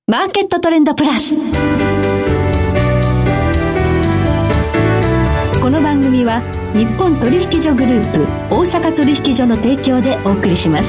マーケットトレンドプラス。この番組は日本取引所グループ大阪取引所の提供でお送りします。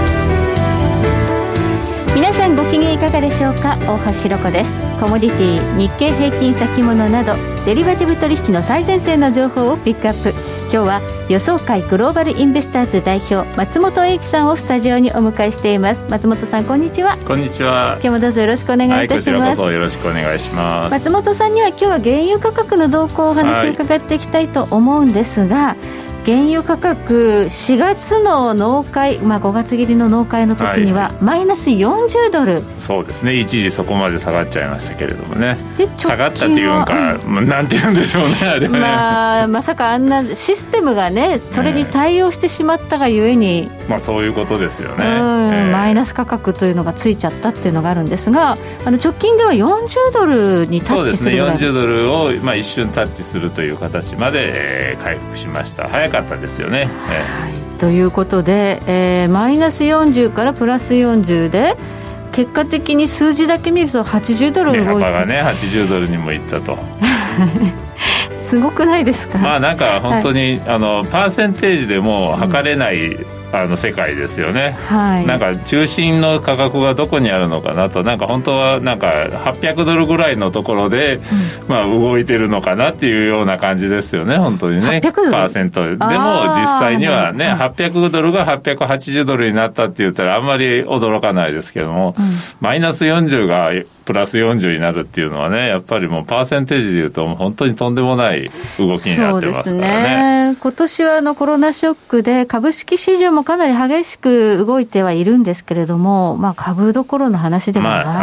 皆さんご機嫌いかがでしょうか。大橋ろ子です。コモディティ、日経平均先物などデリバティブ取引の最前線の情報をピックアップ。今日は予想会グローバルインベスターズ代表松本英樹さんをスタジオにお迎えしています。松本さん、こんにちは。 こんにちは。 今日もどうぞよろしくお願いいたします。 こちらこそよろしくお願いします。 松本さんには今日は原油価格の動向をお話を伺っていきたいと思うんですが、原油価格4月の納会、5月切りの納会の時にはマイナス40ドル、 そうですね、一時そこまで下がっちゃいましたけれどもね。 で下がったっていうか、なんて言うんでしょうね、あれね、 まさかあんなシステムがねそれに対応してしまったがゆえに、 そういうことですよね。 マイナス価格というのがついちゃったっていうのがあるんですが、直近では40ドルにタッチするぐらい。 そうですね、40ドルを、一瞬タッチするという形まで、回復しました。早かったですよね。 ということで、マイナス40からプラス40で結果的に数字だけ見ると80ドル動いて、 幅がね80ドルにもいったとすごくないですか。 なんか本当に、パーセンテージでも測れない、世界ですよね。なんか中心の価格がどこにあるのかなと、なんか本当はなんか800ドルぐらいのところで、動いてるのかなっていうような感じですよね、本当にね。パーセントでも実際にはね、800ドルが880ドルになったって言ったらあんまり驚かないですけども、マイナス40がプラス40になるっていうのはね、やっぱりもうパーセンテージでいうと本当にとんでもない動きになってますからね。 今年はコロナショックで株式市場もかなり激しく動いてはいるんですけれども、株どころの話でもない、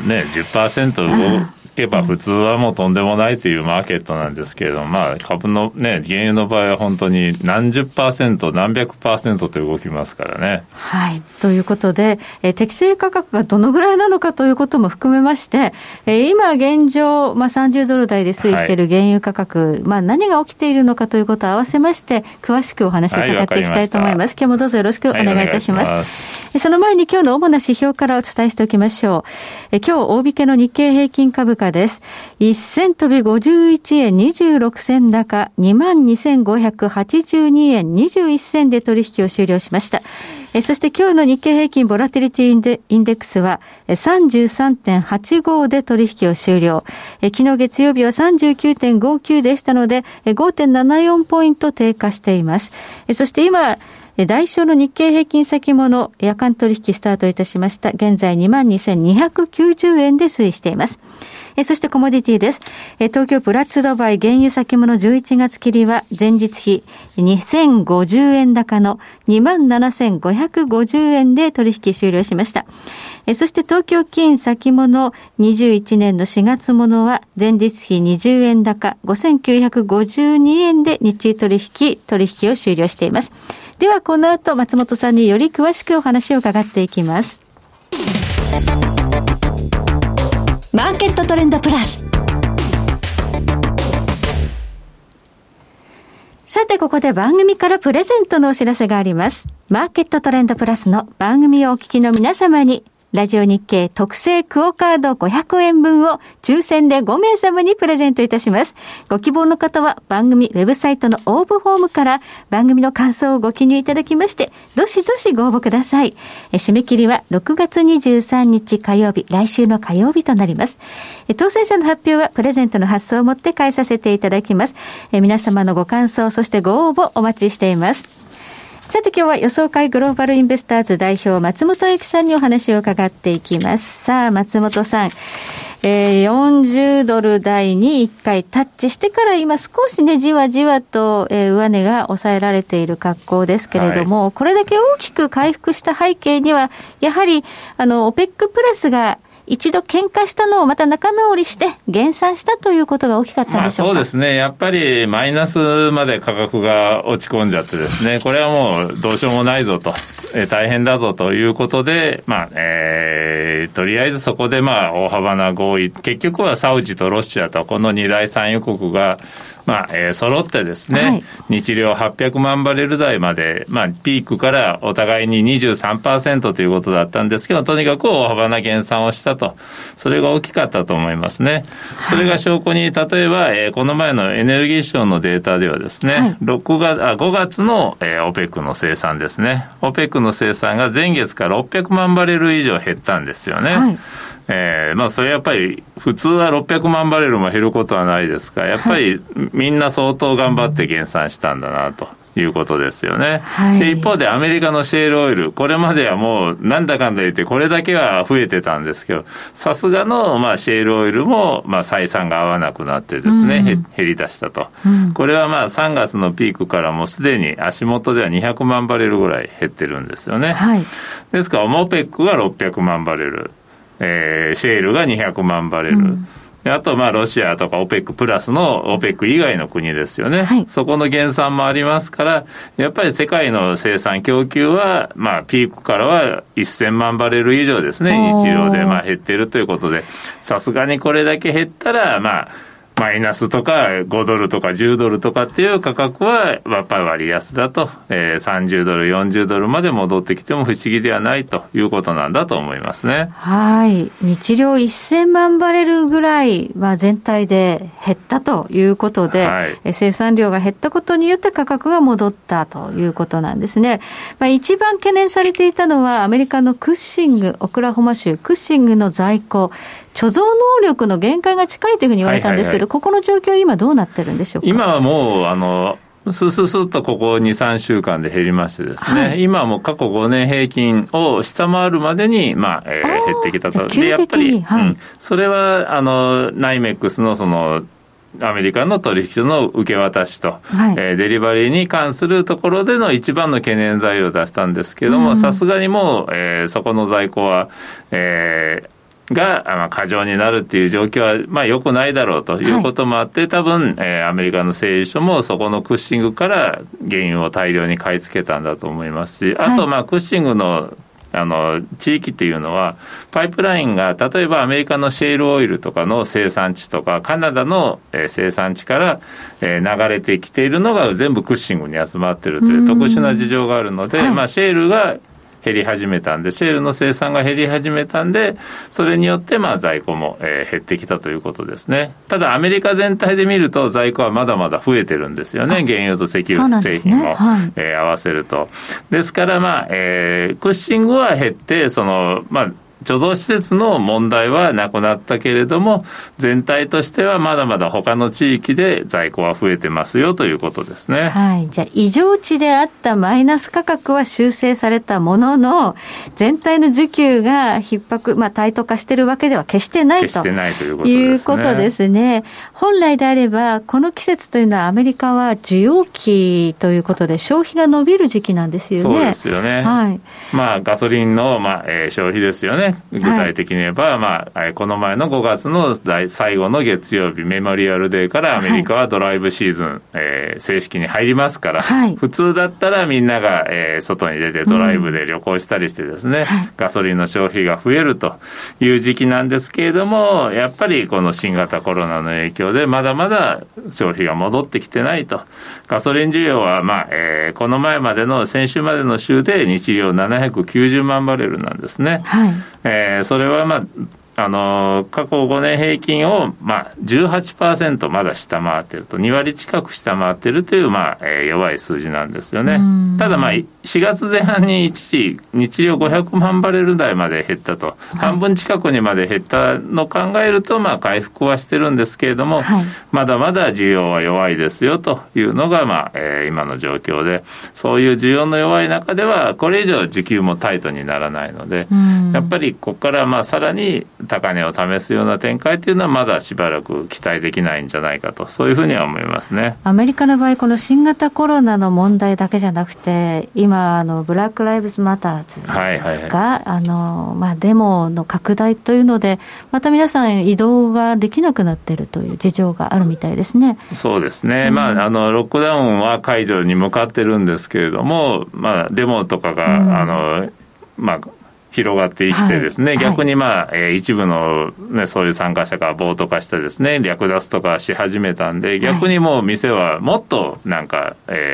10% 動けば普通はもうとんでもないというマーケットなんですけれども、株のね、原油の場合は本当に何十%何百%と動きますからね。 はい、ということで、適正価格がどのぐらいなのかということも含めまして、今現状、30ドル台で推移している原油価格、何が起きているのかということを合わせまして詳しくお話を伺っていきたいと思います。今日もどうぞよろしくお願いいたします。その前に今日の主な指標からお伝えしておきましょう。今日大引けの日経平均株価です。1000飛び51円26銭高 22,582 円21銭で取引を終了しました。そして今日の日経平均ボラティリティインデックスは 33.85 で取引を終了。昨日月曜日は 39.59 でしたので 5.74 ポイント低下しています。そして今代償の日経平均先物夜間取引スタートいたしました。現在 22,290 円で推移しています。そしてコモディティです。東京プラッツドバイ原油先物11月切りは前日比2050円高の 27,550 円で取引終了しました。そして東京金先物21年の4月もは前日比20円高 5,952 円で日中取引を終了しています。ではこの後松本さんにより詳しくお話を伺っていきます。 マーケットトレンドプラス。 さてここで番組からプレゼントのお知らせがあります。マーケットトレンドプラスの番組をお聞きの皆様にラジオ日経特製クオカード500円分を抽選で5名様にプレゼントいたします。ご希望の方は番組ウェブサイトの応募フォームから番組の感想をご記入いただきまして、どしどしご応募ください。締め切りは6月23日火曜日、来週の火曜日となります。当選者の発表はプレゼントの発送をもって返させていただきます。皆様のご感想、そしてご応募お待ちしています。さて今日は予想会グローバルインベスターズ代表松本英樹さんにお話を伺っていきます。さあ松本さん、40ドル台に1回タッチしてから今少しねじわじわと、上値が抑えられている格好ですけれども、これだけ大きく回復した背景にはやはりOPEC プラスが一度喧嘩したのをまた仲直りして減産したということが大きかったんでしょうか。 そうですね、やっぱりマイナスまで価格が落ち込んじゃってですね、これはもうどうしようもないぞと、大変だぞということで、 とりあえずそこで大幅な合意、結局はサウジとロシアとこの2大産油国が揃ってですね、はい、日量800万バレル台まで、ピークからお互いに 23% ということだったんですけど、とにかく大幅な減産をしたと、それが大きかったと思いますね。それが証拠に、例えば、この前のエネルギー省のデータではですね、はい、5月の、OPEC の生産ですね、OPEC の生産が前月から600万バレル以上減ったんですよね。はい、それやっぱり普通は600万バレルも減ることはないですから、やっぱりみんな相当頑張って減産したんだなということですよね。はい、で一方でアメリカのシェールオイル、これまではもうなんだかんだ言ってこれだけは増えてたんですけど、さすがのシェールオイルも採算が合わなくなってですね、減り出したと、これは3月のピークからもうすでに足元では200万バレルぐらい減ってるんですよね。はい、ですからOPECが600万バレル、シェールが200万バレル、であとロシアとか OPEC プラスの OPEC 以外の国ですよね、はい、そこの減産もありますから、やっぱり世界の生産供給は、ピークからは1000万バレル以上ですね、日量で減っているということで、さすがにこれだけ減ったらマイナスとか5ドルとか10ドルとかっていう価格はやっぱり割安だと、30ドル40ドルまで戻ってきても不思議ではないということなんだと思いますね。はい、 日量1000万バレルぐらいは全体で減ったということで、はい、生産量が減ったことによって価格が戻ったということなんですね。一番懸念されていたのはアメリカのクッシング、オクラホマ州クッシングの在庫、貯蔵能力の限界が近いというふうに言われたんですけど、ここの状況今どうなってるんでしょうか。 今はもうスッとここ 2,3 週間で減りましてですね、はい、今はもう過去5年平均を下回るまでに、減ってきたと。でやっぱり、はい、それはナイメックスのアメリカの取引所の受け渡しと、はい、デリバリーに関するところでの一番の懸念材料を出したんですけども、さすがにもう、そこの在庫は、が過剰になるっていう状況は良くないだろうということもあって、はい、多分、アメリカの製油所もそこのクッシングから原油を大量に買い付けたんだと思いますし、あとクッシングの地域っていうのはパイプラインが例えばアメリカのシェールオイルとかの生産地とかカナダの生産地から流れてきているのが全部クッシングに集まっているという特殊な事情があるので、はい、シェールが減り始めたんで、シェールの生産が減り始めたんで、それによって在庫も減ってきたということですね。ただアメリカ全体で見ると在庫はまだまだ増えてるんですよね。原油と石油製品も、はい、合わせると。ですからクッシングは減って貯蔵施設の問題はなくなったけれども、全体としてはまだまだ他の地域で在庫は増えてますよということですね。 はい。じゃあ異常値であったマイナス価格は修正されたものの、全体の需給が逼迫、タイト化しているわけでは決してないということですね。本来であればこの季節というのはアメリカは需要期ということで消費が伸びる時期なんですよね。 そうですよね。はい。ガソリンの消費ですよね。具体的に言えば、この前の5月の最後の月曜日メモリアルデーからアメリカはドライブシーズン、正式に入りますから、普通だったらみんなが、外に出てドライブで旅行したりしてですね、ガソリンの消費が増えるという時期なんですけれども、やっぱりこの新型コロナの影響でまだまだ消費が戻ってきてないと。ガソリン需要は、この前までの先週までの週で日量790万バレルなんですね。それは過去5年平均を18% まだ下回っていると、2割近く下回っているという弱い数字なんですよね。ただ4月前半に一時日量500万バレル台まで減ったと、半分近くにまで減ったのを考えると回復はしてるんですけれども、まだまだ需要は弱いですよというのが今の状況で、そういう需要の弱い中ではこれ以上需給もタイトにならないので、やっぱりここからさらに高値を試すような展開というのはまだしばらく期待できないんじゃないかと、そういうふうには思いますね。 アメリカの場合この新型コロナの問題だけじゃなくて、今ブラックライブズマターズですか、デモの拡大というのでまた皆さん移動ができなくなっているという事情があるみたいですね。 そうですね、ロックダウンは解除に向かってるんですけれども、デモとかが、 広がってきてですね、逆に一部の、ね、そういう参加者が暴徒化してですね、略奪とかし始めたんで、逆にもう店はもっとなんか、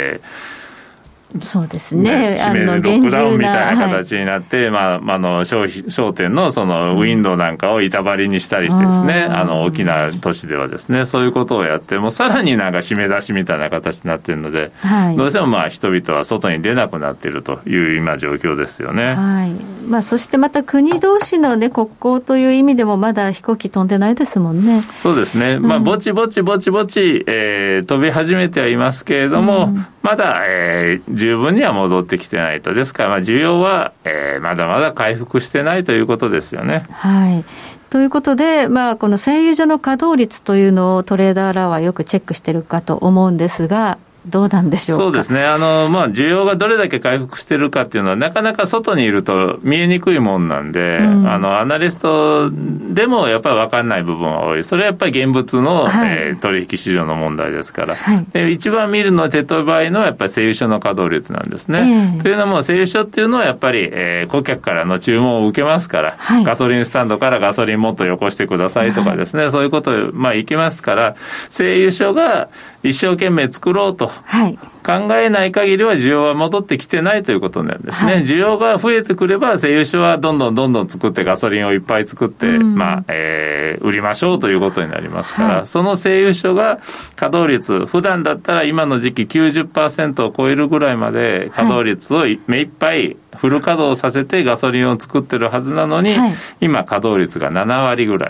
そうですね、 ロックダウンみたいな形になって、商店のそのウィンドウなんかを板張りにしたりしてですね、大きな都市ではですね、そういうことをやって、もうさらになんか締め出しみたいな形になっているので、どうしても人々は外に出なくなっているという今状況ですよね。 そしてまた国同士の、ね、国交という意味でもまだ飛行機飛んでないですもんね。 そうですね、ぼちぼち、飛び始めてはいますけれども、まだ、十分には戻ってきてないと。ですから需要は、まだまだ回復してないということですよね。 ということで、この製油所の稼働率というのをトレーダーらはよくチェックしてるかと思うんですが、どうなんでしょうか。 そうですね、需要がどれだけ回復してるかっていうのはなかなか外にいると見えにくいもんなんで、アナリストでもやっぱり分かんない部分は多い。それはやっぱり現物の、取引市場の問題ですから、で一番見るのは手っ取り早いのはやっぱり製油所の稼働率なんですね、というのも製油所っていうのはやっぱり、顧客からの注文を受けますから、ガソリンスタンドからガソリンもっとよこしてくださいとかですね、そういうこといきますから、製油所が一生懸命作ろうと考えない限りは需要は戻ってきてないということなんですね、需要が増えてくれば製油所はどんどん作ってガソリンをいっぱい作って、売りましょうということになりますから、その製油所が稼働率、普段だったら今の時期 90% を超えるぐらいまで稼働率を目いっぱいフル稼働させてガソリンを作ってるはずなのに、今稼働率が7割ぐらい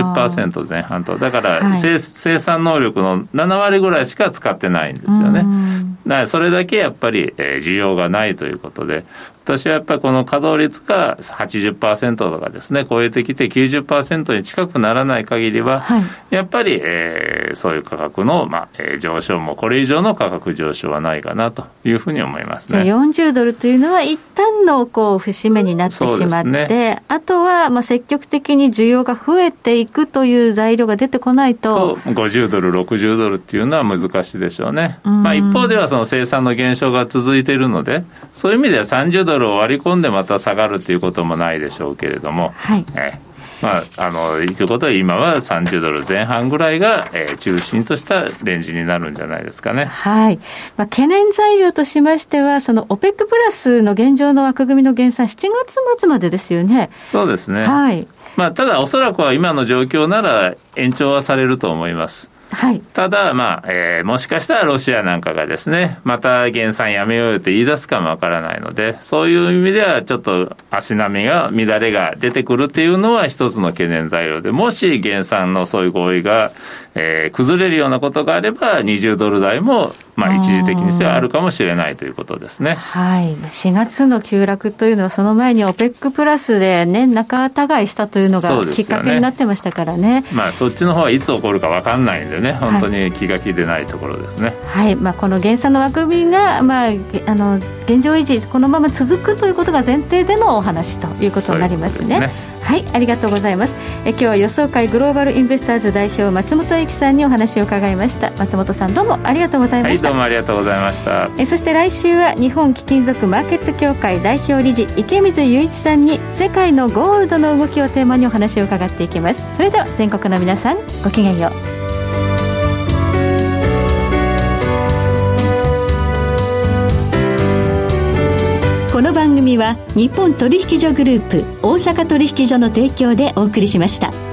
70% 前半と、だから、生産能力の7割ぐらいしか使ってないんですよね。だからそれだけやっぱり、需要がないということで、私はやっぱりこの稼働率が 80% とかですね超えてきて 90% に近くならない限りは、やっぱり、そういう価格の、上昇もこれ以上の価格上昇はないかなというふうに思いますね。 40ドルというのは一旦の節目になってしまって、あとは積極的に需要が増えていくという材料が出てこないと 50ドル60ドルっていうのは難しいでしょうね。一方ではその生産の減少が続いているので、そういう意味では30ドルを割り込んでまた下がるということもないでしょうけれども、ということは今は30ドル前半ぐらいが、中心としたレンジになるんじゃないですかね。 懸念材料としましては、その OPEC プラスの現状の枠組みの減産7月末までですよね。 そうですね、ただおそらくは今の状況なら延長はされると思います。ただ、もしかしたらロシアなんかがですねまた減産やめようよと言い出すかもわからないので、そういう意味ではちょっと足並みが乱れが出てくるっていうのは一つの懸念材料で、もし減産のそういう合意が、崩れるようなことがあれば20ドル台も一時的にしてはあるかもしれないということですね。 4月の急落というのはその前に OPEC プラスで年仲違いしたというのがきっかけになってましたからね。 そっちの方はいつ起こるか分かんないんでね、本当に気が気でないところですね。 この減産の枠組みが、現状維持このまま続くということが前提でのお話ということになりますね。ありがとうございます。今日は予想会グローバルインベスターズ代表松本英樹さんにお話を伺いました。松本さんどうもありがとうございました。 どうもありがとうございました。 そして来週は日本貴金属マーケット協会代表理事池水雄一さんに世界のゴールドの動きをテーマにお話を伺っていきます。それでは全国の皆さんごきげんよう。 この番組は日本取引所グループ大阪取引所の提供でお送りしました。